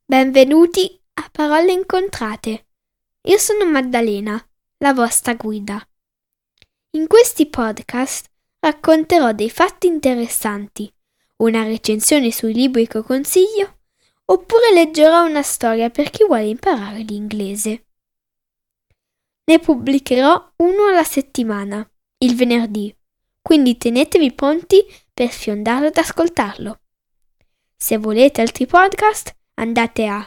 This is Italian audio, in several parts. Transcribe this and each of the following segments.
Benvenuti a Parole Incontrate. Io sono Maddalena, la vostra guida. In questi podcast racconterò dei fatti interessanti, una recensione sui libri che consiglio, oppure leggerò una storia per chi vuole imparare l'inglese. Ne pubblicherò uno alla settimana, il venerdì, quindi tenetevi pronti per fiondarlo ed ascoltarlo. Se volete altri podcast, andate a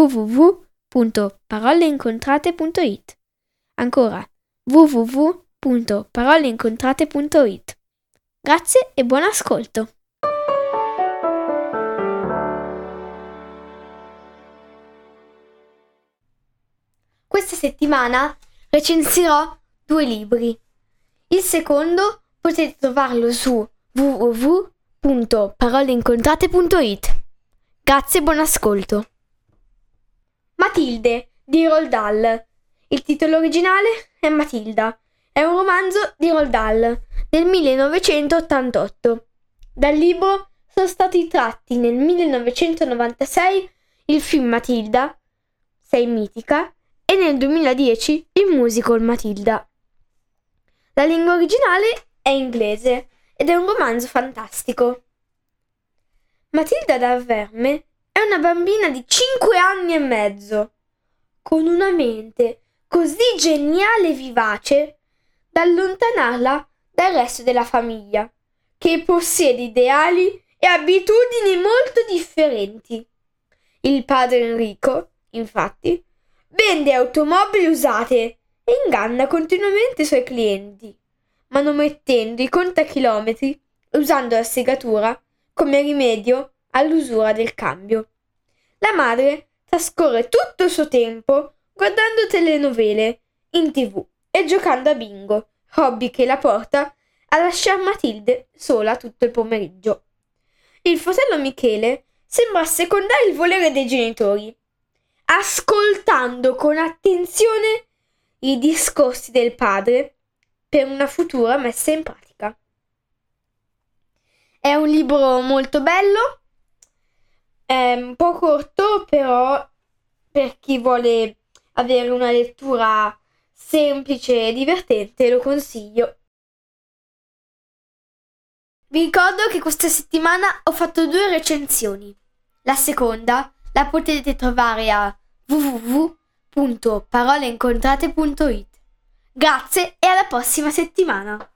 www.paroleincontrate.it. Ancora www.paroleincontrate.it. Grazie e buon ascolto. Questa settimana recensirò 2 libri. Il secondo potete trovarlo su www.paroleincontrate.it. Grazie e buon ascolto. Matilde di Roald Dahl. Il titolo originale è Matilda. È un romanzo di Roald Dahl del 1988. Dal libro sono stati tratti nel 1996 il film Matilda, Sei mitica, e nel 2010 il musical Matilda. La lingua originale è inglese ed è un romanzo fantastico. Matilda Dal Verme è una bambina di 5 anni e mezzo, con una mente così geniale e vivace da allontanarla dal resto della famiglia, che possiede ideali e abitudini molto differenti. Il padre Enrico, infatti, vende automobili usate e inganna continuamente i suoi clienti, manomettendo i contachilometri e usando la segatura come rimedio all'usura del cambio. La madre trascorre tutto il suo tempo guardando telenovele in TV e giocando a bingo, hobby che la porta a lasciar Matilde sola tutto il pomeriggio. Il fratello Michele sembra assecondare il volere dei genitori, ascoltando con attenzione i discorsi del padre per una futura messa in pratica. È un libro molto bello, è un po' corto, però per chi vuole avere una lettura semplice e divertente lo consiglio. Vi ricordo che questa settimana ho fatto 2 recensioni. La seconda la potete trovare a www.paroleincontrate.it. Grazie e alla prossima settimana!